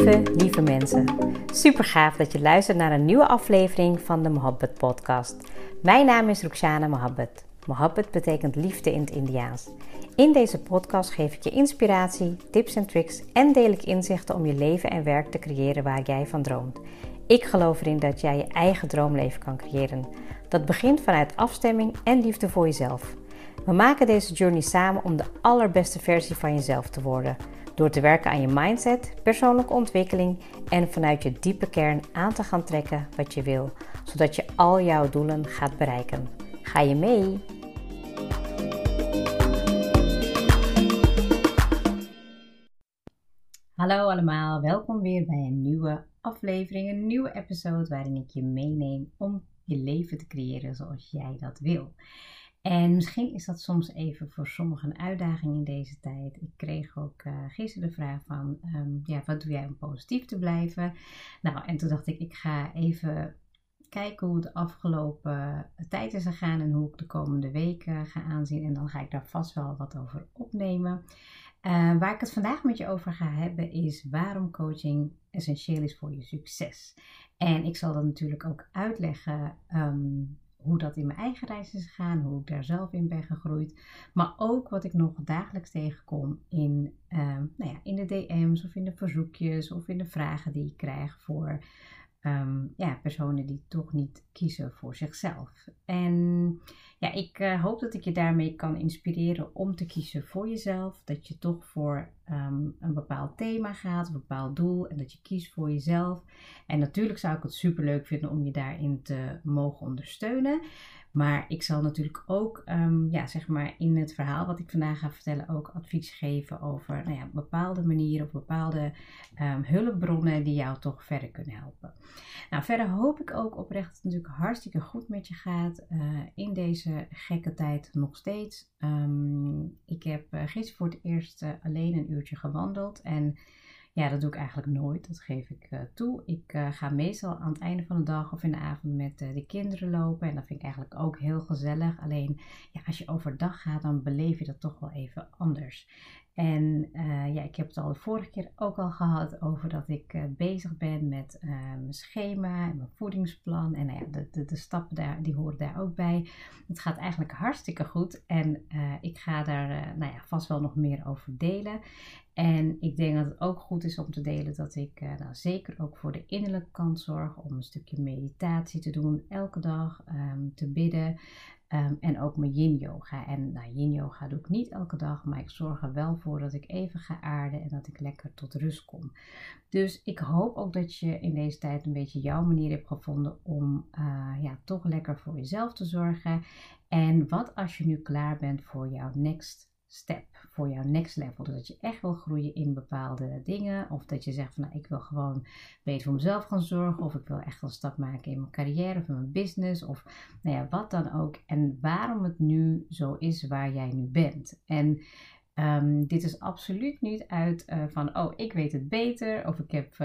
Lieve mensen, super gaaf dat je luistert naar een nieuwe aflevering van de Mohabbat podcast. Mijn naam is Rukhsana Mohabbat. Mohabbat betekent liefde in het Indiaans. In deze podcast geef ik je inspiratie, tips en tricks en deel ik inzichten om je leven en werk te creëren waar jij van droomt. Ik geloof erin dat jij je eigen droomleven kan creëren. Dat begint vanuit afstemming en liefde voor jezelf. We maken deze journey samen om de allerbeste versie van jezelf te worden. Door te werken aan je mindset, persoonlijke ontwikkeling en vanuit je diepe kern aan te gaan trekken wat je wil. Zodat je al jouw doelen gaat bereiken. Ga je mee? Hallo allemaal, welkom weer bij een nieuwe aflevering, een nieuwe episode waarin ik je meeneem om je leven te creëren zoals jij dat wil. En misschien is dat soms even voor sommigen een uitdaging in deze tijd. Ik kreeg ook gisteren de vraag van, wat doe jij om positief te blijven? Nou, en toen dacht ik ga even kijken hoe de afgelopen tijd is gegaan en hoe ik de komende weken ga aanzien. En dan ga ik daar vast wel wat over opnemen. Waar ik het vandaag met je over ga hebben is waarom coaching essentieel is voor je succes. En ik zal dat natuurlijk ook uitleggen hoe dat in mijn eigen reis is gegaan, hoe ik daar zelf in ben gegroeid. Maar ook wat ik nog dagelijks tegenkom in de DM's of in de verzoekjes of in de vragen die ik krijg voor personen die toch niet kiezen voor zichzelf. En ja, ik hoop dat ik je daarmee kan inspireren om te kiezen voor jezelf. Dat je toch voor een bepaald thema gaat, een bepaald doel en dat je kiest voor jezelf. En natuurlijk zou ik het super leuk vinden om je daarin te mogen ondersteunen. Maar ik zal natuurlijk ook in het verhaal wat ik vandaag ga vertellen ook advies geven over bepaalde manieren of bepaalde hulpbronnen die jou toch verder kunnen helpen. Nou, verder hoop ik ook oprecht dat het natuurlijk hartstikke goed met je gaat in deze gekke tijd nog steeds. Ik heb gisteren voor het eerst alleen een uurtje gewandeld en ja, dat doe ik eigenlijk nooit, dat geef ik toe. Ik ga meestal aan het einde van de dag of in de avond met de kinderen lopen. En dat vind ik eigenlijk ook heel gezellig. Alleen, ja, als je overdag gaat, dan beleef je dat toch wel even anders. En ik heb het al de vorige keer ook al gehad over dat ik bezig ben met mijn schema en mijn voedingsplan. En de stappen daar, die horen daar ook bij. Het gaat eigenlijk hartstikke goed. En ik ga daar vast wel nog meer over delen. En ik denk dat het ook goed is om te delen dat ik zeker ook voor de innerlijke kant zorg. Om een stukje meditatie te doen elke dag, te bidden. En ook mijn yin yoga. En yin yoga doe ik niet elke dag, maar ik zorg er wel voor dat ik even ga aarden en dat ik lekker tot rust kom. Dus ik hoop ook dat je in deze tijd een beetje jouw manier hebt gevonden om toch lekker voor jezelf te zorgen. En wat als je nu klaar bent voor jouw next step, voor jouw next level. Dus dat je echt wil groeien in bepaalde dingen. Of dat je zegt van ik wil gewoon beter voor mezelf gaan zorgen. Of ik wil echt een stap maken in mijn carrière of in mijn business. Of wat dan ook. En waarom het nu zo is waar jij nu bent. En dit is absoluut niet uit van ik weet het beter. Of ik heb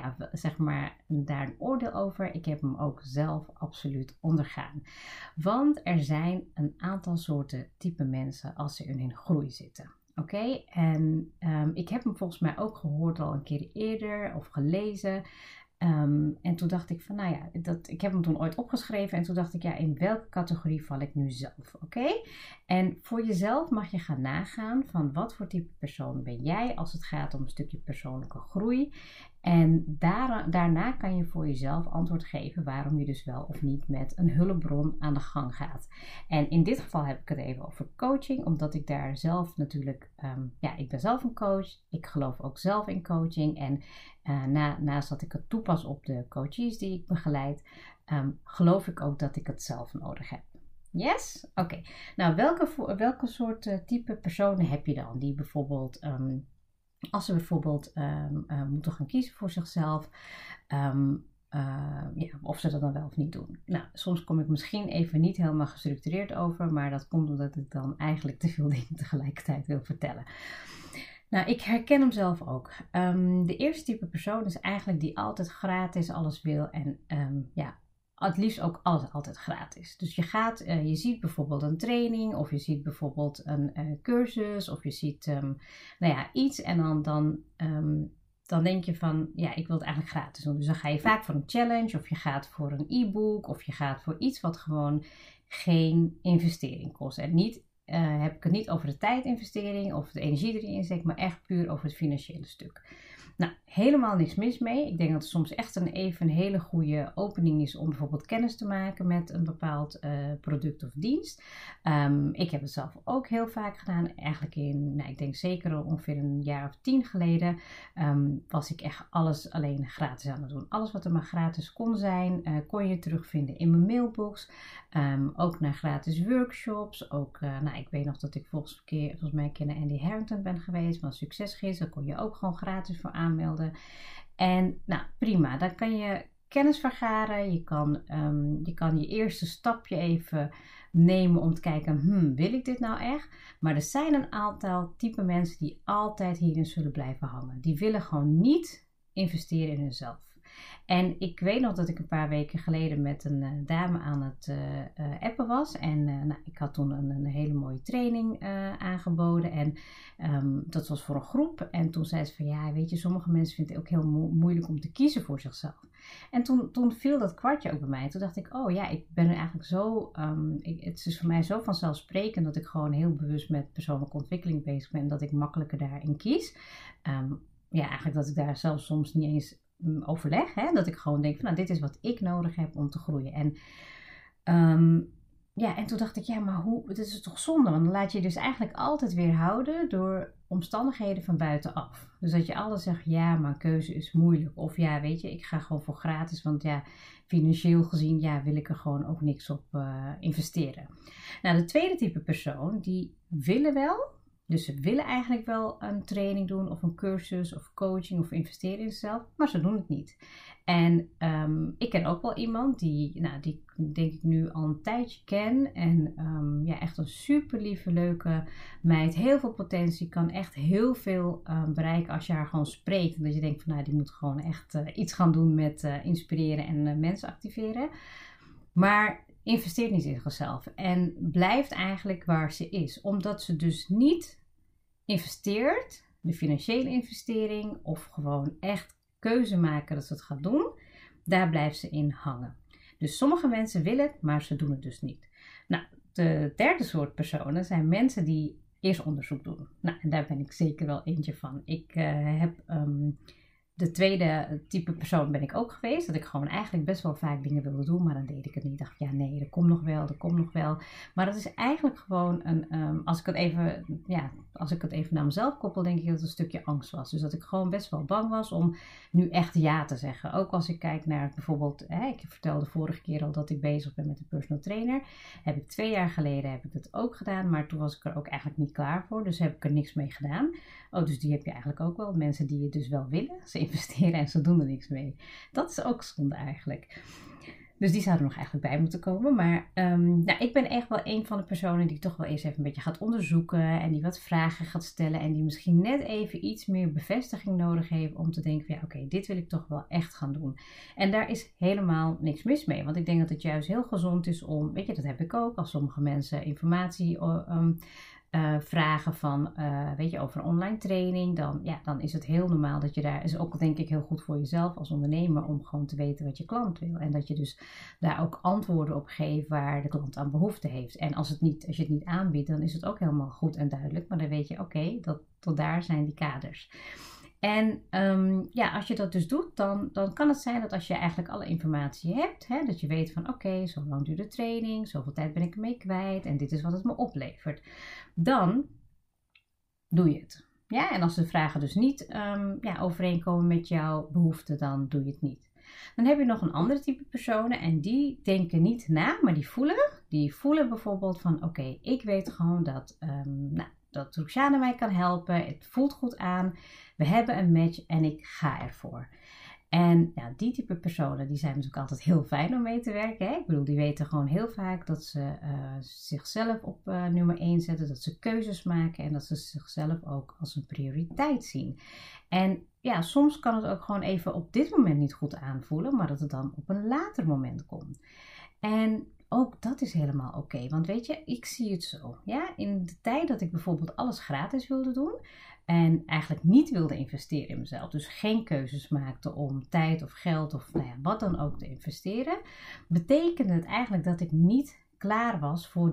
daar een oordeel over. Ik heb hem ook zelf absoluut ondergaan. Want er zijn een aantal soorten type mensen als ze in hun groei zitten. Oké? En ik heb hem volgens mij ook gehoord al een keer eerder of gelezen. En toen dacht ik van ik heb hem toen ooit opgeschreven en toen dacht ik in welke categorie val ik nu zelf, oké? En voor jezelf mag je gaan nagaan van wat voor type persoon ben jij als het gaat om een stukje persoonlijke groei. En daarna kan je voor jezelf antwoord geven waarom je dus wel of niet met een hulpbron aan de gang gaat. En in dit geval heb ik het even over coaching, omdat ik daar zelf natuurlijk, ik ben zelf een coach. Ik geloof ook zelf in coaching en naast dat ik het toepas op de coaches die ik begeleid, geloof ik ook dat ik het zelf nodig heb. Yes? Oké. Nou, welke soort type personen heb je dan? Die bijvoorbeeld, als ze bijvoorbeeld moeten gaan kiezen voor zichzelf, of ze dat dan wel of niet doen. Nou, soms kom ik misschien even niet helemaal gestructureerd over, maar dat komt omdat ik dan eigenlijk te veel dingen tegelijkertijd wil vertellen. Nou, ik herken hem zelf ook. De eerste type persoon is eigenlijk die altijd gratis alles wil en het liefst ook alles altijd gratis. Dus je ziet bijvoorbeeld een training of je ziet bijvoorbeeld een cursus of je ziet iets en dan dan denk je van, ja, ik wil het eigenlijk gratis doen. Dus dan ga je vaak voor een challenge of je gaat voor een e-book of je gaat voor iets wat gewoon geen investering kost. En niet, heb ik het niet over de tijdinvestering of de energie erin zet, maar echt puur over het financiële stuk. Nou, helemaal niks mis mee. Ik denk dat het soms echt een hele goede opening is om bijvoorbeeld kennis te maken met een bepaald product of dienst. Ik heb het zelf ook heel vaak gedaan. Eigenlijk ik denk zeker ongeveer een jaar of 10 geleden was ik echt alles alleen gratis aan het doen. Alles wat er maar gratis kon zijn, kon je terugvinden in mijn mailbox. Ook naar gratis workshops. Ook, ik weet nog dat ik volgens mij kennen Andy Harrington ben geweest van Succesgids. Daar kon je ook gewoon gratis voor aanmelden. En nou, prima. Dan kan je kennis vergaren. Je kan je eerste stapje even nemen om te kijken, wil ik dit nou echt? Maar er zijn een aantal type mensen die altijd hierin zullen blijven hangen. Die willen gewoon niet investeren in hunzelf. En ik weet nog dat ik een paar weken geleden met een dame aan het appen was. En ik had toen een hele mooie training aangeboden. En dat was voor een groep. En toen zei ze van, ja, weet je, sommige mensen vinden het ook heel moeilijk om te kiezen voor zichzelf. En toen viel dat kwartje ook bij mij. Toen dacht ik, oh ja, ik ben er eigenlijk zo... het is voor mij zo vanzelfsprekend dat ik gewoon heel bewust met persoonlijke ontwikkeling bezig ben. Dat ik makkelijker daarin kies. Eigenlijk dat ik daar zelfs soms niet eens overleg. Hè? Dat ik gewoon denk van, dit is wat ik nodig heb om te groeien. En en toen dacht ik, ja, maar het is toch zonde? Want dan laat je dus eigenlijk altijd weerhouden door omstandigheden van buitenaf. Dus dat je altijd zegt, ja, maar een keuze is moeilijk. Of ja, weet je, ik ga gewoon voor gratis. Want ja, financieel gezien, ja, wil ik er gewoon ook niks op investeren. Nou, de tweede type persoon, die willen wel. Dus ze willen eigenlijk wel een training doen of een cursus of coaching of investeren in zichzelf, maar ze doen het niet. En ik ken ook wel iemand die denk ik nu al een tijdje ken. En echt een super lieve, leuke meid. Heel veel potentie, kan echt heel veel bereiken als je haar gewoon spreekt. En dat je denkt van, die moet gewoon echt iets gaan doen met inspireren en mensen activeren. Maar investeert niet in zichzelf en blijft eigenlijk waar ze is. Omdat ze dus niet investeert, de financiële investering of gewoon echt keuze maken dat ze het gaat doen, daar blijft ze in hangen. Dus sommige mensen willen het, maar ze doen het dus niet. Nou, de derde soort personen zijn mensen die eerst onderzoek doen. Nou, en daar ben ik zeker wel eentje van. Ik heb... De tweede type persoon ben ik ook geweest. Dat ik gewoon eigenlijk best wel vaak dingen wilde doen. Maar dan deed ik het niet. Ik dacht, ja nee, dat komt nog wel. Maar dat is eigenlijk gewoon als ik het even naar mezelf koppel, denk ik dat het een stukje angst was. Dus dat ik gewoon best wel bang was om nu echt ja te zeggen. Ook als ik kijk naar bijvoorbeeld, ik vertelde vorige keer al dat ik bezig ben met een personal trainer. 2 jaar geleden heb ik dat ook gedaan. Maar toen was ik er ook eigenlijk niet klaar voor. Dus heb ik er niks mee gedaan. Oh, dus die heb je eigenlijk ook wel. Mensen die het dus wel willen. Ze investeren en ze doen er niks mee. Dat is ook zonde eigenlijk. Dus die zouden er nog eigenlijk bij moeten komen. Maar ik ben echt wel een van de personen die toch wel eerst even een beetje gaat onderzoeken. En die wat vragen gaat stellen. En die misschien net even iets meer bevestiging nodig heeft om te denken van, ja, oké, dit wil ik toch wel echt gaan doen. En daar is helemaal niks mis mee. Want ik denk dat het juist heel gezond is om, weet je, dat heb ik ook. Als sommige mensen informatie vragen van, over een online training, dan is het heel normaal dat je daar, is ook denk ik heel goed voor jezelf als ondernemer om gewoon te weten wat je klant wil. En dat je dus daar ook antwoorden op geeft waar de klant aan behoefte heeft. En als je het niet aanbiedt, dan is het ook helemaal goed en duidelijk. Maar dan weet je, oké, tot daar zijn die kaders. En als je dat dus doet, dan kan het zijn dat als je eigenlijk alle informatie hebt, dat je weet van oké, zo lang duurt de training, zoveel tijd ben ik ermee kwijt en dit is wat het me oplevert. Dan doe je het. Ja, en als de vragen dus niet overeenkomen met jouw behoeften, dan doe je het niet. Dan heb je nog een andere type personen en die denken niet na, maar die voelen. Die voelen bijvoorbeeld van oké, ik weet gewoon dat Roxane mij kan helpen. Het voelt goed aan. We hebben een match en ik ga ervoor. En die type personen die zijn natuurlijk altijd heel fijn om mee te werken. Hè? Ik bedoel, die weten gewoon heel vaak dat ze zichzelf op nummer 1 zetten. Dat ze keuzes maken en dat ze zichzelf ook als een prioriteit zien. En soms kan het ook gewoon even op dit moment niet goed aanvoelen. Maar dat het dan op een later moment komt. En ook dat is helemaal oké. Want weet je, ik zie het zo. Ja? In de tijd dat ik bijvoorbeeld alles gratis wilde doen en eigenlijk niet wilde investeren in mezelf, dus geen keuzes maakte om tijd of geld of nou ja, wat dan ook te investeren, betekende het eigenlijk dat ik niet klaar was voor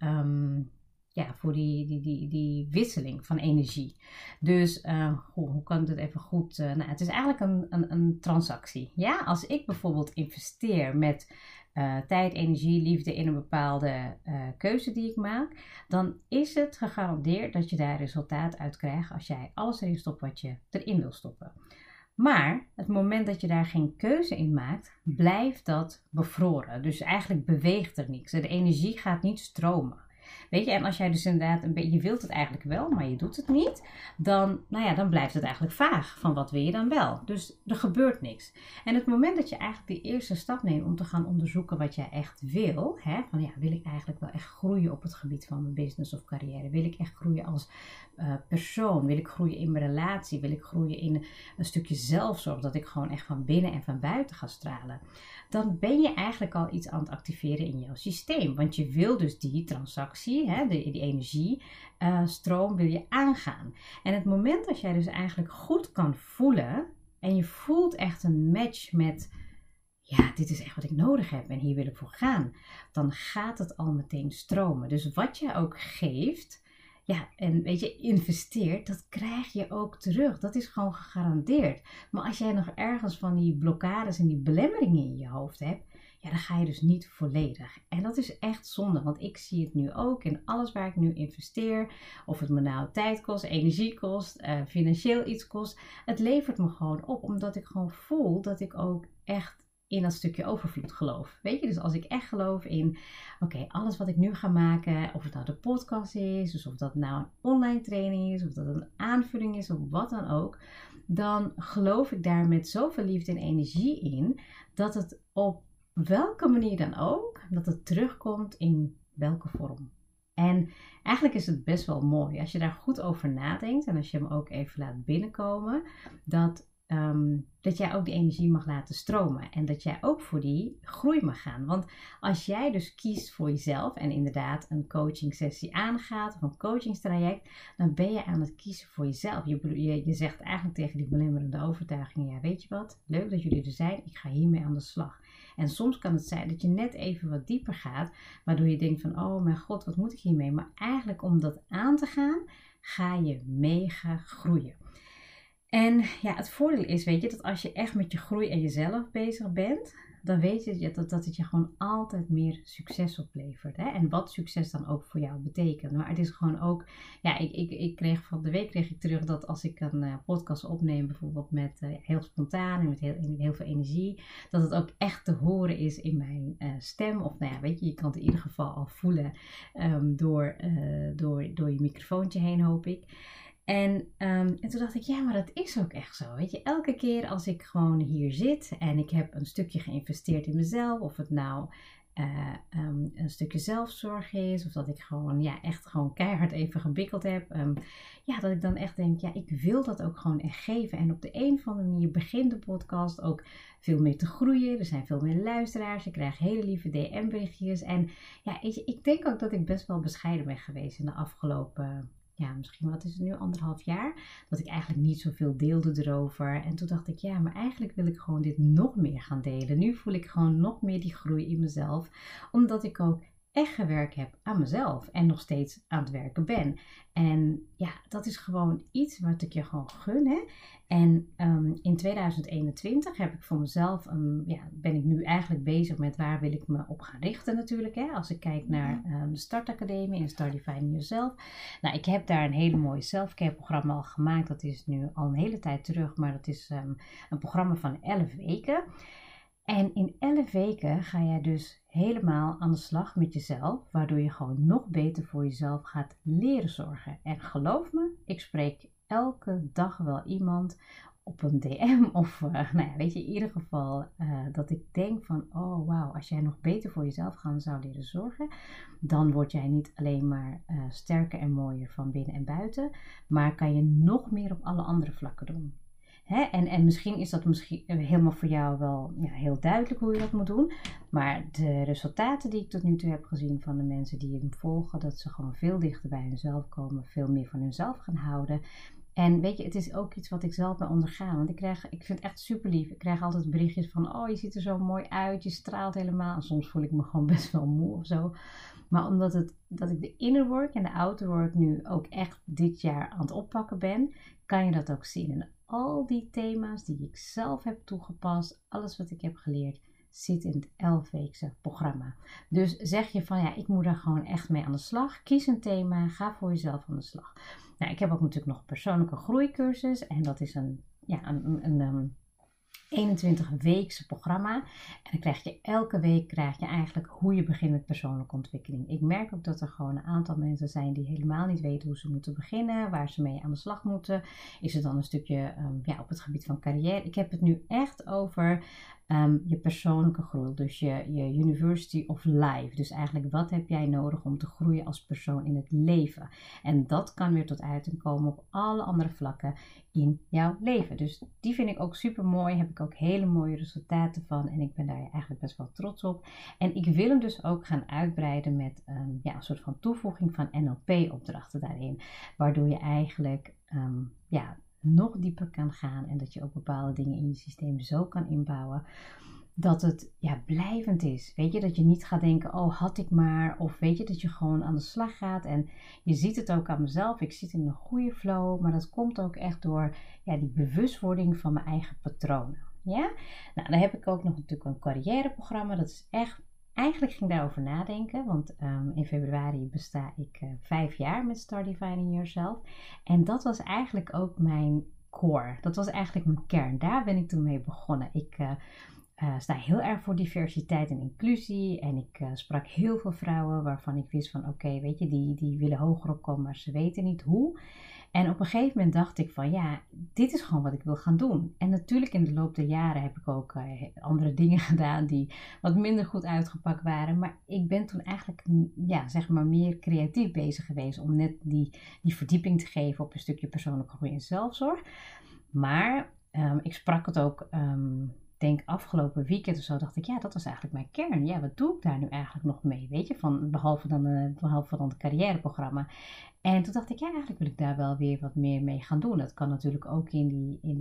die wisseling van energie. Dus hoe kan ik het even goed... nou, het is eigenlijk een transactie. Ja? Als ik bijvoorbeeld investeer met tijd, energie, liefde in een bepaalde keuze die ik maak, dan is het gegarandeerd dat je daar resultaat uit krijgt als jij alles erin stopt wat je erin wil stoppen. Maar het moment dat je daar geen keuze in maakt, blijft dat bevroren. Dus eigenlijk beweegt er niks. De energie gaat niet stromen. Weet je, en als jij dus inderdaad je wilt het eigenlijk wel, maar je doet het niet, dan blijft het eigenlijk vaag van wat wil je dan wel. Dus er gebeurt niks. En het moment dat je eigenlijk die eerste stap neemt om te gaan onderzoeken wat jij echt wil, hè, van ja, wil ik eigenlijk wel echt groeien op het gebied van mijn business of carrière? Wil ik echt groeien als persoon? Wil ik groeien in mijn relatie? Wil ik groeien in een stukje zelfzorg, dat ik gewoon echt van binnen en van buiten ga stralen? Dan ben je eigenlijk al iets aan het activeren in jouw systeem. Want je wil dus die transactie, die energiestroom wil je aangaan. En het moment dat jij dus eigenlijk goed kan voelen en je voelt echt een match met, ja, dit is echt wat ik nodig heb en hier wil ik voor gaan, dan gaat het al meteen stromen. Dus wat je ook geeft, ja, en weet je, investeert, dat krijg je ook terug. Dat is gewoon gegarandeerd. Maar als jij nog ergens van die blokkades en die belemmeringen in je hoofd hebt, ja, dan ga je dus niet volledig. En dat is echt zonde, want ik zie het nu ook in alles waar ik nu investeer. Of het me nou tijd kost, energie kost, financieel iets kost. Het levert me gewoon op, omdat ik gewoon voel dat ik ook echt in dat stukje overvloed geloof. Weet je, dus als ik echt geloof in, oké, alles wat ik nu ga maken, of het nou de podcast is, dus of dat nou een online training is, of dat een aanvulling is, of wat dan ook, dan geloof ik daar met zoveel liefde en energie in, dat het op welke manier dan ook, dat het terugkomt in welke vorm. En eigenlijk is het best wel mooi, als je daar goed over nadenkt, en als je hem ook even laat binnenkomen, dat jij ook die energie mag laten stromen. En dat jij ook voor die groei mag gaan. Want als jij dus kiest voor jezelf en inderdaad een coaching sessie aangaat of een coachingstraject, dan ben je aan het kiezen voor jezelf. Je zegt eigenlijk tegen die belemmerende overtuigingen, ja, weet je wat, leuk dat jullie er zijn, ik ga hiermee aan de slag. En soms kan het zijn dat je net even wat dieper gaat, waardoor je denkt van, oh mijn god, wat moet ik hiermee? Maar eigenlijk om dat aan te gaan, ga je mega groeien. En ja, het voordeel is, weet je, dat als je echt met je groei en jezelf bezig bent, dan weet je dat het je gewoon altijd meer succes oplevert. Hè? En wat succes dan ook voor jou betekent. Maar het is gewoon ook, ja, ik kreeg van de week terug dat als ik een podcast opneem, bijvoorbeeld met heel spontaan en met heel veel energie, dat het ook echt te horen is in mijn stem. Of nou ja, weet je kan het in ieder geval al voelen door je microfoontje heen, hoop ik. En toen dacht ik, ja, maar dat is ook echt zo. Weet je, elke keer als ik gewoon hier zit en ik heb een stukje geïnvesteerd in mezelf, of het nou een stukje zelfzorg is, of dat ik gewoon, ja, echt gewoon keihard even gebikkeld heb. Dat ik dan echt denk, ja, ik wil dat ook gewoon echt geven. En op de een of andere manier begint de podcast ook veel meer te groeien. Er zijn veel meer luisteraars. Je krijgt hele lieve DM-berichtjes. En ja, ik denk ook dat ik best wel bescheiden ben geweest in de afgelopen, ja, misschien wat is het nu, 1,5 jaar, dat ik eigenlijk niet zoveel deelde erover. En toen dacht ik, ja, maar eigenlijk wil ik gewoon dit nog meer gaan delen. Nu voel ik gewoon nog meer die groei in mezelf, omdat ik ook echt gewerkt heb aan mezelf en nog steeds aan het werken ben. En ja, dat is gewoon iets wat ik je gewoon gun, hè. En in 2021 heb ik voor mezelf, ben ik nu eigenlijk bezig met waar wil ik me op gaan richten natuurlijk. Hè? Als ik kijk naar de Startacademie en Start Defining Yourself. Nou, ik heb daar een hele mooie selfcare programma al gemaakt. Dat is nu al een hele tijd terug, maar dat is een programma van 11 weken. En in 11 weken ga jij dus helemaal aan de slag met jezelf, waardoor je gewoon nog beter voor jezelf gaat leren zorgen. En geloof me, ik spreek elke dag wel iemand op een DM of weet je, in ieder geval dat ik denk van, oh wauw, als jij nog beter voor jezelf zou leren zorgen, dan word jij niet alleen maar sterker en mooier van binnen en buiten, maar kan je nog meer op alle andere vlakken doen. En misschien is dat helemaal voor jou wel heel duidelijk hoe je dat moet doen. Maar de resultaten die ik tot nu toe heb gezien van de mensen die hem volgen, dat ze gewoon veel dichter bij hunzelf komen, veel meer van hunzelf gaan houden. En weet je, het is ook iets wat ik zelf ben ondergaan. Want ik vind het echt super lief. Ik krijg altijd berichtjes van, oh, je ziet er zo mooi uit, je straalt helemaal. En soms voel ik me gewoon best wel moe of zo. Maar omdat ik de inner work en de outer work nu ook echt dit jaar aan het oppakken ben, kan je dat ook zien. En al die thema's die ik zelf heb toegepast, alles wat ik heb geleerd, zit in het 11-weekse programma. Dus zeg je van, ja, ik moet daar gewoon echt mee aan de slag. Kies een thema, ga voor jezelf aan de slag. Nou, ik heb ook natuurlijk nog een persoonlijke groeicursus. En dat is een 21-weekse programma. En dan krijg je elke week eigenlijk hoe je begint met persoonlijke ontwikkeling. Ik merk ook dat er gewoon een aantal mensen zijn die helemaal niet weten hoe ze moeten beginnen, waar ze mee aan de slag moeten. Is het dan een stukje op het gebied van carrière? Ik heb het nu echt over je persoonlijke groei, dus je University of Life. Dus eigenlijk wat heb jij nodig om te groeien als persoon in het leven? En dat kan weer tot uiting komen op alle andere vlakken in jouw leven. Dus die vind ik ook super mooi. Heb ik ook hele mooie resultaten van. En ik ben daar eigenlijk best wel trots op. En ik wil hem dus ook gaan uitbreiden met een soort van toevoeging van NLP-opdrachten daarin. Waardoor je eigenlijk nog dieper kan gaan. En dat je ook bepaalde dingen in je systeem zo kan inbouwen dat het blijvend is. Weet je, dat je niet gaat denken, oh, had ik maar. Of weet je, dat je gewoon aan de slag gaat. En je ziet het ook aan mezelf. Ik zit in een goede flow. Maar dat komt ook echt door die bewustwording van mijn eigen patronen. Ja? Nou, dan heb ik ook nog natuurlijk een carrièreprogramma. Dat is echt, eigenlijk ging ik daarover nadenken. Want in februari besta ik 5 jaar met Start Defining Yourself. En dat was eigenlijk ook mijn core. Dat was eigenlijk mijn kern. Daar ben ik toen mee begonnen. Ik sta heel erg voor diversiteit en inclusie. En ik sprak heel veel vrouwen waarvan ik wist van oké, weet je, die willen hoger opkomen, maar ze weten niet hoe. En op een gegeven moment dacht ik van dit is gewoon wat ik wil gaan doen. En natuurlijk in de loop der jaren heb ik ook andere dingen gedaan die wat minder goed uitgepakt waren. Maar ik ben toen eigenlijk meer creatief bezig geweest om net die verdieping te geven op een stukje persoonlijke groei en zelfzorg. Maar ik sprak het ook denk afgelopen weekend of zo, dacht ik, dat was eigenlijk mijn kern. Ja, wat doe ik daar nu eigenlijk nog mee? Weet je, behalve dan het carrièreprogramma. En toen dacht ik, eigenlijk wil ik daar wel weer wat meer mee gaan doen. Dat kan natuurlijk ook in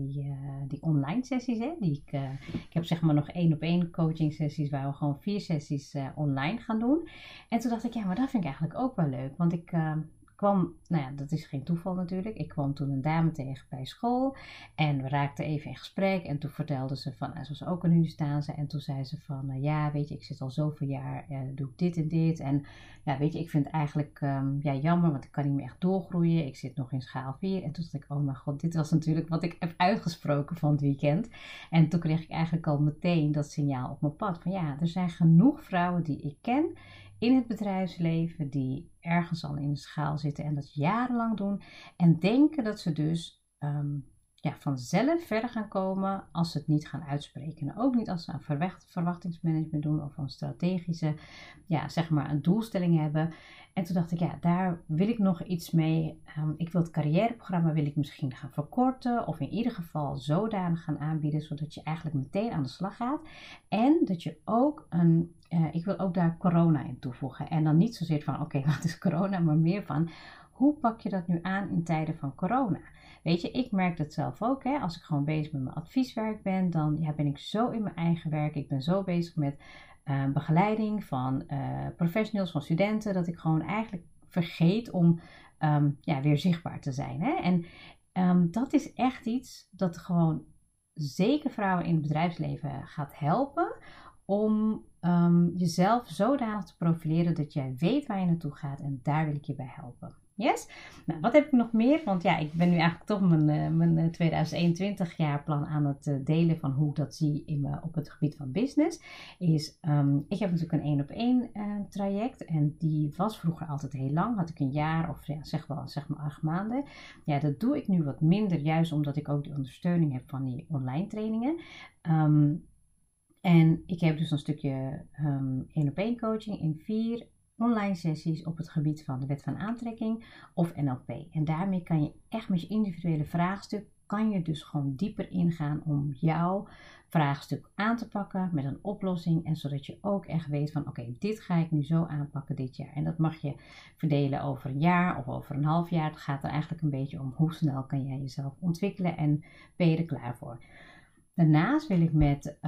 die online sessies. Hè? Ik heb zeg maar nog 1-op-1 coaching sessies waar we gewoon 4 sessies online gaan doen. En toen dacht ik, maar dat vind ik eigenlijk ook wel leuk. Want ik kwam, dat is geen toeval natuurlijk. Ik kwam toen een dame tegen bij school. En we raakten even in gesprek. En toen vertelde ze van, ze was ook een Hunestaanse. En toen zei ze van, weet je, ik zit al zoveel jaar, doe ik dit en dit. En weet je, ik vind het eigenlijk jammer, want ik kan niet meer echt doorgroeien. Ik zit nog in schaal 4. En toen dacht ik, oh mijn god, dit was natuurlijk wat ik heb uitgesproken van het weekend. En toen kreeg ik eigenlijk al meteen dat signaal op mijn pad. Van er zijn genoeg vrouwen die ik ken in het bedrijfsleven die ergens al in de schaal zitten en dat jarenlang doen en denken dat ze dus vanzelf verder gaan komen als ze het niet gaan uitspreken. En ook niet als ze aan verwachtingsmanagement doen of een strategische, een doelstelling hebben. En toen dacht ik, daar wil ik nog iets mee. Ik wil het carrièreprogramma misschien gaan verkorten of in ieder geval zodanig gaan aanbieden zodat je eigenlijk meteen aan de slag gaat. En dat je ook ik wil ook daar corona in toevoegen. En dan niet zozeer van, oké, wat is corona, maar meer van, hoe pak je dat nu aan in tijden van corona? Weet je, ik merk dat zelf ook. Hè? Als ik gewoon bezig met mijn advieswerk ben, dan ben ik zo in mijn eigen werk. Ik ben zo bezig met begeleiding van professionals, van studenten, dat ik gewoon eigenlijk vergeet om weer zichtbaar te zijn. Hè? En dat is echt iets dat gewoon zeker vrouwen in het bedrijfsleven gaat helpen om jezelf zodanig te profileren dat jij weet waar je naartoe gaat en daar wil ik je bij helpen. Yes? Nou, wat heb ik nog meer? Want ik ben nu eigenlijk toch mijn 2021 jaarplan aan het delen van hoe ik dat zie op het gebied van business. Ik heb natuurlijk een 1-op-1 traject en die was vroeger altijd heel lang. Had ik een jaar of zeg maar 8 maanden. Ja, dat doe ik nu wat minder, juist omdat ik ook de ondersteuning heb van die online trainingen. En ik heb dus een stukje 1-op-1 coaching in 4 online sessies op het gebied van de wet van aantrekking of NLP. En daarmee kan je echt met je individuele vraagstuk kan je dus gewoon dieper ingaan om jouw vraagstuk aan te pakken met een oplossing. En zodat je ook echt weet van oké, dit ga ik nu zo aanpakken dit jaar. En dat mag je verdelen over een jaar of over een half jaar. Het gaat er eigenlijk een beetje om hoe snel kan jij jezelf ontwikkelen en ben je er klaar voor. Daarnaast wil ik met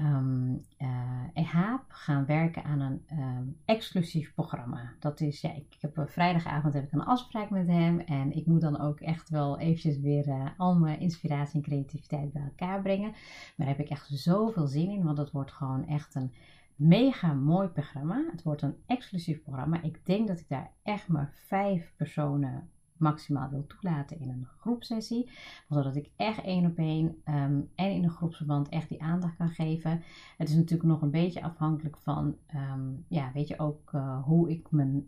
EHAAP gaan werken aan een exclusief programma. Dat is, ik heb vrijdagavond heb ik een afspraak met hem. En ik moet dan ook echt wel eventjes weer al mijn inspiratie en creativiteit bij elkaar brengen. Maar daar heb ik echt zoveel zin in, want het wordt gewoon echt een mega mooi programma. Het wordt een exclusief programma. Ik denk dat ik daar echt maar 5 personen maximaal wil toelaten in een groepsessie. Zodat ik echt 1-op-1 en in een groepsverband echt die aandacht kan geven. Het is natuurlijk nog een beetje afhankelijk van, weet je ook hoe ik mijn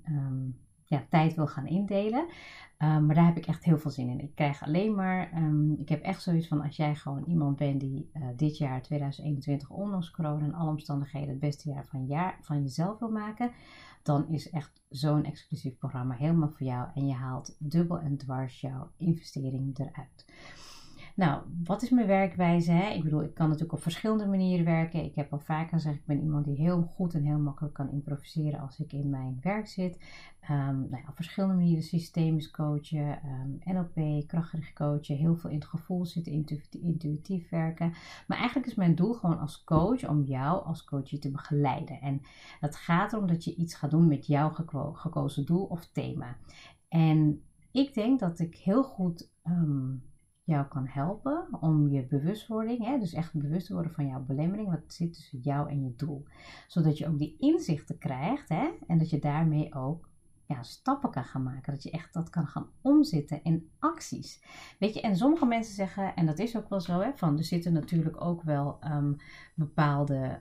tijd wil gaan indelen. Maar daar heb ik echt heel veel zin in. Ik krijg alleen maar, ik heb echt zoiets van als jij gewoon iemand bent die dit jaar 2021 ondanks corona en alle omstandigheden het beste jaar van jezelf wil maken. Dan is echt zo'n exclusief programma helemaal voor jou. En je haalt dubbel en dwars jouw investering eruit. Nou, wat is mijn werkwijze? Hè? Ik bedoel, ik kan natuurlijk op verschillende manieren werken. Ik heb al vaker gezegd, ik ben iemand die heel goed en heel makkelijk kan improviseren als ik in mijn werk zit. Op verschillende manieren systemisch coachen, NLP, krachtgericht coachen, heel veel in het gevoel zitten, intuïtief werken. Maar eigenlijk is mijn doel gewoon als coach om jou als coachie te begeleiden. En het gaat erom dat je iets gaat doen met jouw gekozen doel of thema. En ik denk dat ik heel goed jou kan helpen om je bewustwording, dus echt bewust te worden van jouw belemmering, wat zit tussen jou en je doel. Zodat je ook die inzichten krijgt en dat je daarmee ook stappen kan gaan maken. Dat je echt dat kan gaan omzetten in acties. Weet je, en sommige mensen zeggen, en dat is ook wel zo, er zitten natuurlijk ook wel bepaalde,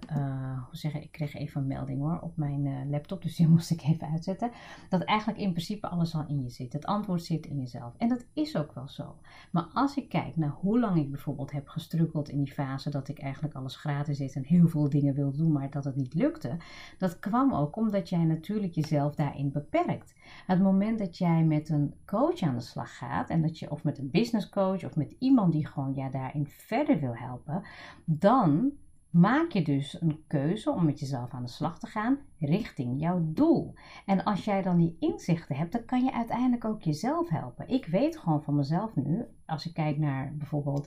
ik kreeg even een melding hoor, op mijn laptop, dus die moest ik even uitzetten, dat eigenlijk in principe alles al in je zit. Het antwoord zit in jezelf. En dat is ook wel zo. Maar als ik kijk naar hoe lang ik bijvoorbeeld heb gestrukkeld in die fase dat ik eigenlijk alles gratis is en heel veel dingen wilde doen, maar dat het niet lukte, dat kwam ook omdat jij natuurlijk jezelf daarin beperkt. Het moment dat jij met een coach aan de slag gaat en dat je of met een business coach of met iemand die gewoon daarin verder wil helpen, dan maak je dus een keuze om met jezelf aan de slag te gaan richting jouw doel. En als jij dan die inzichten hebt, dan kan je uiteindelijk ook jezelf helpen. Ik weet gewoon van mezelf nu, als ik kijk naar bijvoorbeeld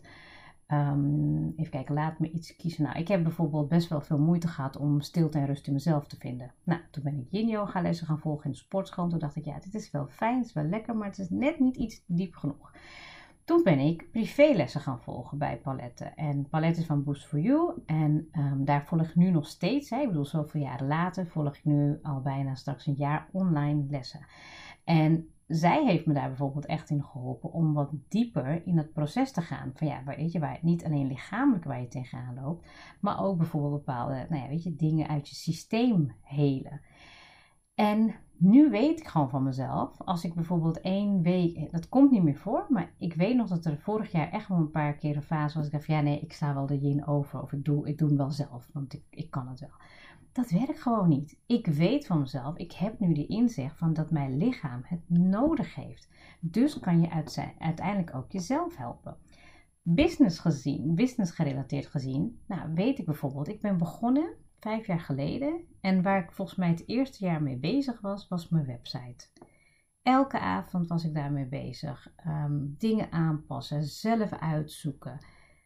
even kijken, laat me iets kiezen. Nou, ik heb bijvoorbeeld best wel veel moeite gehad om stilte en rust in mezelf te vinden. Nou, toen ben ik yin yoga lessen gaan volgen in de sportschool. Toen dacht ik, dit is wel fijn, het is wel lekker, maar het is net niet iets diep genoeg. Toen ben ik privélessen gaan volgen bij Palette. En Palette is van Boost for You. En daar volg ik nu nog steeds. Ik bedoel, zoveel jaren later volg ik nu al bijna straks een jaar online lessen. En zij heeft me daar bijvoorbeeld echt in geholpen om wat dieper in het proces te gaan. Van waar het niet alleen lichamelijk waar je tegenaan loopt, maar ook bijvoorbeeld bepaalde, dingen uit je systeem helen. En nu weet ik gewoon van mezelf, als ik bijvoorbeeld 1 week, dat komt niet meer voor, maar ik weet nog dat er vorig jaar echt wel een paar keer een fase was. Ik dacht ik sta wel de yin over of ik doe hem wel zelf, want ik kan het wel. Dat werkt gewoon niet. Ik weet van mezelf, ik heb nu de inzicht van dat mijn lichaam het nodig heeft. Dus kan je uiteindelijk ook jezelf helpen. Business gerelateerd gezien, weet ik bijvoorbeeld, ik ben begonnen 5 jaar geleden en waar ik volgens mij het eerste jaar mee bezig was mijn website. Elke avond was ik daarmee bezig. Dingen aanpassen, zelf uitzoeken.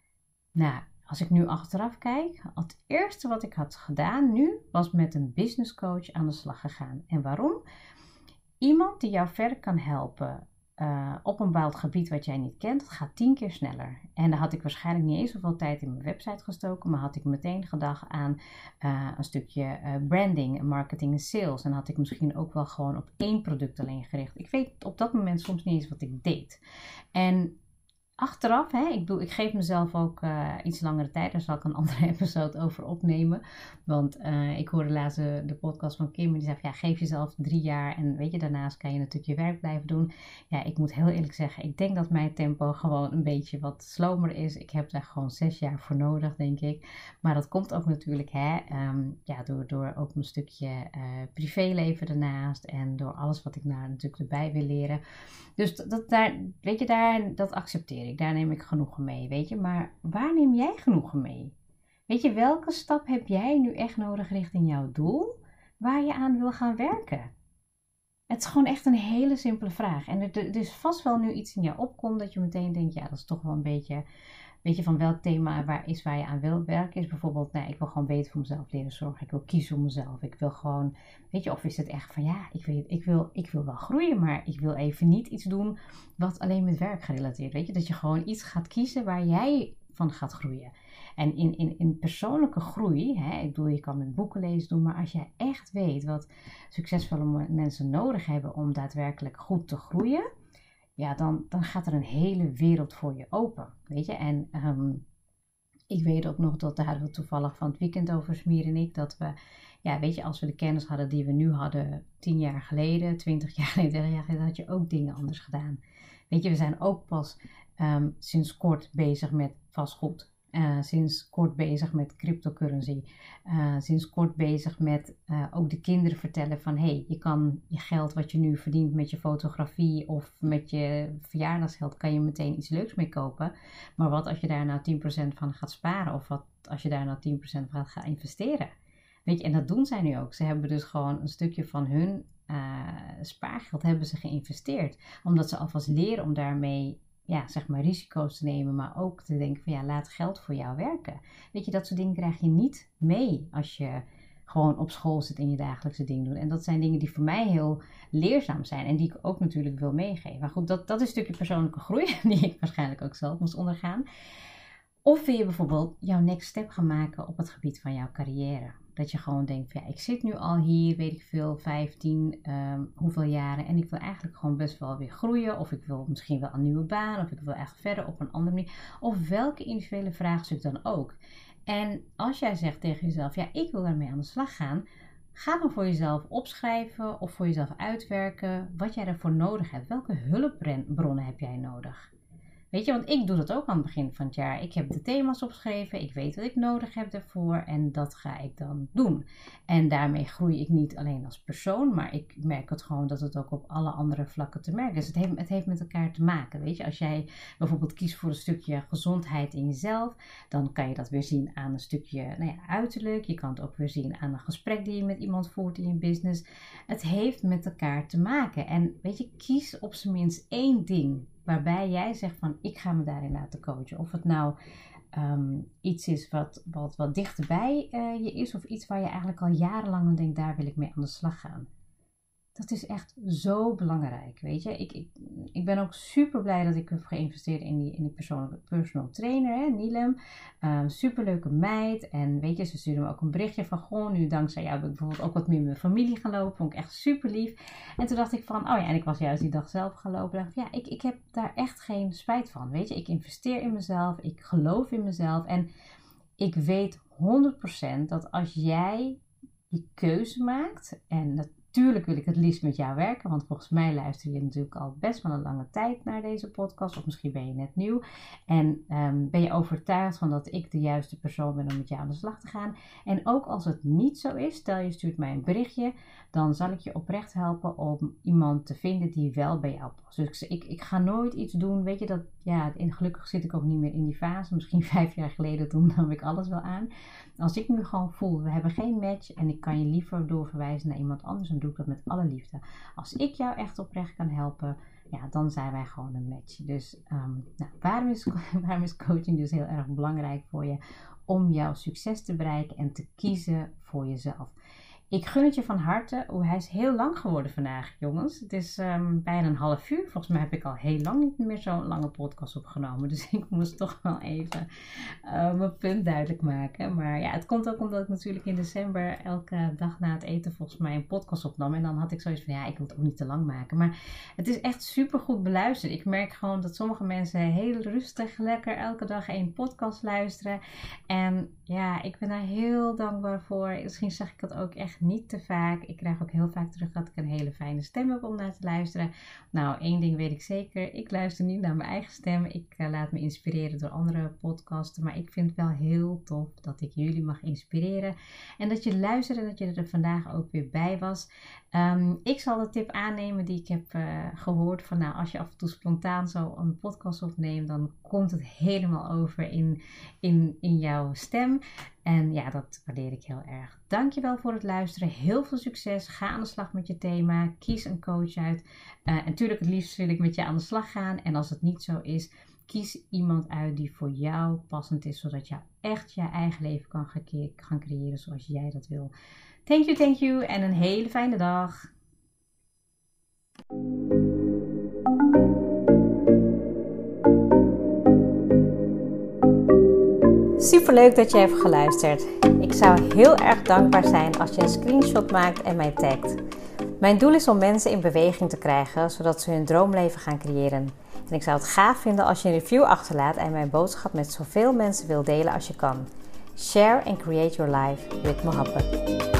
Als ik nu achteraf kijk, het eerste wat ik had gedaan nu, was met een business coach aan de slag gegaan. En waarom? Iemand die jou verder kan helpen op een bepaald gebied wat jij niet kent, dat gaat 10 keer sneller. En daar had ik waarschijnlijk niet eens zoveel tijd in mijn website gestoken, maar had ik meteen gedacht aan een stukje branding, marketing en sales. En had ik misschien ook wel gewoon op 1 product alleen gericht. Ik weet op dat moment soms niet eens wat ik deed. En achteraf, ik geef mezelf ook iets langere tijd. Daar zal ik een andere episode over opnemen. Want ik hoorde laatst de podcast van Kim. Die zei, geef jezelf 3 jaar. En daarnaast kan je natuurlijk je werk blijven doen. Ja, ik moet heel eerlijk zeggen. Ik denk dat mijn tempo gewoon een beetje wat slomer is. Ik heb daar gewoon 6 jaar voor nodig, denk ik. Maar dat komt ook natuurlijk door ook een stukje privéleven ernaast. En door alles wat ik natuurlijk erbij wil leren. Dus dat accepteer ik. weet ik, daar neem ik genoegen mee, weet je. Maar waar neem jij genoegen mee? Weet je, welke stap heb jij nu echt nodig richting jouw doel, waar je aan wil gaan werken? Het is gewoon echt een hele simpele vraag. En er is vast wel nu iets in jou opkomt dat je meteen denkt, ja, dat is toch wel een beetje, weet je, van welk thema waar je aan wil werken. Is bijvoorbeeld, nou, ik wil gewoon beter voor mezelf leren zorgen. Ik wil kiezen voor mezelf. Ik wil gewoon, weet je, of is het echt van, ja, ik wil wel groeien, maar ik wil even niet iets doen wat alleen met werk gerelateerd, weet je. Dat je gewoon iets gaat kiezen waar jij van gaat groeien. En in persoonlijke groei, hè, ik bedoel, je kan met boeken lezen doen, maar als jij echt weet wat succesvolle mensen nodig hebben om daadwerkelijk goed te groeien, ja, dan gaat er een hele wereld voor je open, weet je. En ik weet ook nog dat, daar hadden we toevallig van het weekend over, Smier en ik, dat we, ja, weet je, als we de kennis hadden die we nu hadden 10 jaar geleden, 20 jaar geleden, 30 jaar geleden, had je ook dingen anders gedaan. Weet je, we zijn ook pas sinds kort bezig met vastgoed. Sinds kort bezig met cryptocurrency. Sinds kort bezig met ook de kinderen vertellen van, hey, je kan je geld wat je nu verdient met je fotografie of met je verjaardagsgeld, kan je meteen iets leuks mee kopen. Maar wat als je daar nou 10% van gaat sparen, of wat als je daar nou 10% van gaat investeren? Weet je, en dat doen zij nu ook. Ze hebben dus gewoon een stukje van hun spaargeld hebben ze geïnvesteerd. Omdat ze alvast leren om daarmee, ja, zeg maar, risico's te nemen, maar ook te denken van, ja, laat geld voor jou werken. Weet je, dat soort dingen krijg je niet mee als je gewoon op school zit en je dagelijkse ding doet. En dat zijn dingen die voor mij heel leerzaam zijn en die ik ook natuurlijk wil meegeven. Maar goed, dat is een stukje persoonlijke groei die ik waarschijnlijk ook zelf moest ondergaan. Of wil je bijvoorbeeld jouw next step gaan maken op het gebied van jouw carrière? Dat je gewoon denkt, ja, ik zit nu al hier, weet ik veel, 15, hoeveel jaren. En ik wil eigenlijk gewoon best wel weer groeien. Of ik wil misschien wel een nieuwe baan. Of ik wil echt verder op een andere manier. Of welke individuele vraagstuk dan ook. En als jij zegt tegen jezelf, ja, ik wil daarmee aan de slag gaan. Ga dan voor jezelf opschrijven of voor jezelf uitwerken wat jij daarvoor nodig hebt. Welke hulpbronnen heb jij nodig? Weet je, want ik doe dat ook aan het begin van het jaar. Ik heb de thema's opgeschreven. Ik weet wat ik nodig heb daarvoor. En dat ga ik dan doen. En daarmee groei ik niet alleen als persoon. Maar ik merk het gewoon dat het ook op alle andere vlakken te merken is. Het heeft met elkaar te maken. Weet je, als jij bijvoorbeeld kiest voor een stukje gezondheid in jezelf. Dan kan je dat weer zien aan een stukje, nou ja, uiterlijk. Je kan het ook weer zien aan een gesprek die je met iemand voert in je business. Het heeft met elkaar te maken. En weet je, kies op zijn minst één ding waarbij jij zegt van, ik ga me daarin laten coachen. Of het nou iets is wat dichterbij je is. Of iets waar je eigenlijk al jarenlang aan denkt, daar wil ik mee aan de slag gaan. Dat is echt zo belangrijk, weet je. Ik ben ook super blij dat ik heb geïnvesteerd in die personal trainer, hè, Nilem. Superleuke meid. En weet je, ze stuurde me ook een berichtje van, goh, nu dankzij jou ben ik bijvoorbeeld ook wat meer met mijn familie gaan lopen. Vond ik echt super lief. En toen dacht ik van, oh ja, en ik was juist die dag zelf gaan lopen. Dacht ik, ja, ik heb daar echt geen spijt van, weet je. Ik investeer in mezelf, ik geloof in mezelf. En ik weet 100% dat als jij die keuze maakt, en natuurlijk wil ik het liefst met jou werken, want volgens mij luister je natuurlijk al best wel een lange tijd naar deze podcast, of misschien ben je net nieuw en ben je overtuigd van dat ik de juiste persoon ben om met jou aan de slag te gaan. En ook als het niet zo is, stel je stuurt mij een berichtje, dan zal ik je oprecht helpen om iemand te vinden die wel bij jou past. Dus ik ga nooit iets doen, weet je, dat, ja, en gelukkig zit ik ook niet meer in die fase. Misschien 5 jaar geleden, toen nam ik alles wel aan. Als ik nu gewoon voel, we hebben geen match en ik kan je liever doorverwijzen naar iemand anders, dan doe ik dat met alle liefde. Als ik jou echt oprecht kan helpen, ja, dan zijn wij gewoon een match. Dus nou, waarom is coaching dus heel erg belangrijk voor je? Om jouw succes te bereiken en te kiezen voor jezelf. Ik gun het je van harte. Hij is heel lang geworden vandaag, jongens. Het is bijna een half uur. Volgens mij heb ik al heel lang niet meer zo'n lange podcast opgenomen. Dus ik moest toch wel even mijn punt duidelijk maken. Maar ja, het komt ook omdat ik natuurlijk in december elke dag na het eten volgens mij een podcast opnam. En dan had ik zoiets van, ja, ik wil het ook niet te lang maken. Maar het is echt super goed beluisterd. Ik merk gewoon dat sommige mensen heel rustig, lekker elke dag één podcast luisteren. En ja, ik ben daar heel dankbaar voor. Misschien zeg ik dat ook echt niet te vaak. Ik krijg ook heel vaak terug dat ik een hele fijne stem heb om naar te luisteren. Nou, één ding weet ik zeker. Ik luister niet naar mijn eigen stem. Ik laat me inspireren door andere podcasten. Maar ik vind het wel heel tof dat ik jullie mag inspireren. En dat je luistert en dat je er vandaag ook weer bij was. Ik zal de tip aannemen die ik heb gehoord van als je af en toe spontaan zo een podcast opneemt, dan komt het helemaal over in jouw stem. En ja, dat waardeer ik heel erg. Dankjewel voor het luisteren. Heel veel succes. Ga aan de slag met je thema. Kies een coach uit. En natuurlijk het liefst wil ik met je aan de slag gaan. En als het niet zo is, kies iemand uit die voor jou passend is, zodat je echt je eigen leven kan gaan creëren zoals jij dat wil. Thank you en een hele fijne dag. Superleuk dat je hebt geluisterd. Ik zou heel erg dankbaar zijn als je een screenshot maakt en mij tagt. Mijn doel is om mensen in beweging te krijgen, zodat ze hun droomleven gaan creëren. En ik zou het gaaf vinden als je een review achterlaat en mijn boodschap met zoveel mensen wil delen als je kan. Share and create your life with Mohabbat.